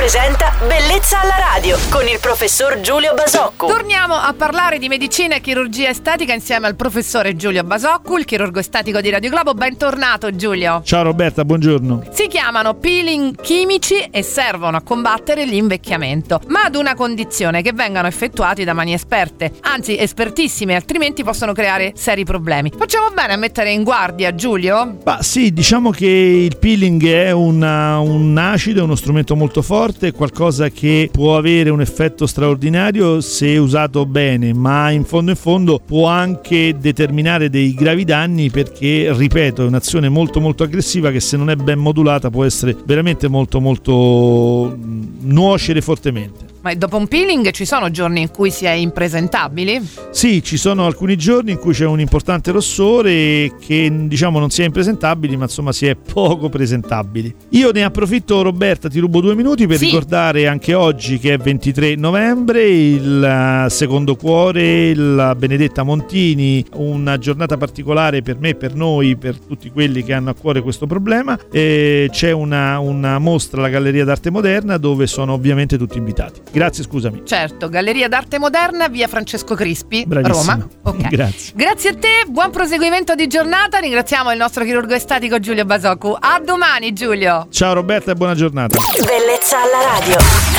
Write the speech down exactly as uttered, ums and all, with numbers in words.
presenta Bellezza alla radio con il professor Giulio Basoccu. Torniamo a parlare di medicina e chirurgia estetica insieme al professore Giulio Basoccu, il chirurgo estetico di Radio Globo. Bentornato Giulio. Ciao Roberta, buongiorno. Si chiamano peeling chimici e servono a combattere l'invecchiamento, ma ad una condizione: che vengano effettuati da mani esperte, anzi espertissime, altrimenti possono creare seri problemi. Facciamo bene a mettere in guardia Giulio? Bah, sì, diciamo che il peeling è una, un acido, è uno strumento molto forte, qualcosa che può avere un effetto straordinario se usato bene, ma in fondo in fondo può anche determinare dei gravi danni, perché, ripeto, è un'azione molto molto aggressiva che, se non è ben modulata, può essere veramente molto molto nuocere fortemente. Ma dopo un peeling ci sono giorni in cui si è impresentabili? Sì, ci sono alcuni giorni in cui c'è un importante rossore che, diciamo, non si è impresentabili, ma insomma si è poco presentabili. Io ne approfitto, Roberta, ti rubo due minuti per sì. ricordare anche oggi, che è ventitré novembre, il Secondo Cuore, la Benedetta Montini, una giornata particolare per me, per noi, per tutti quelli che hanno a cuore questo problema. E c'è una, una mostra alla Galleria d'Arte Moderna, dove sono ovviamente tutti invitati. Grazie, scusami. Certo, Galleria d'Arte Moderna, via Francesco Crispi, Bravissima. Roma. Okay. Grazie. Grazie a te, buon proseguimento di giornata. Ringraziamo il nostro chirurgo estetico Giulio Basoccu. A domani Giulio. Ciao Roberta e buona giornata. Bellezza alla radio.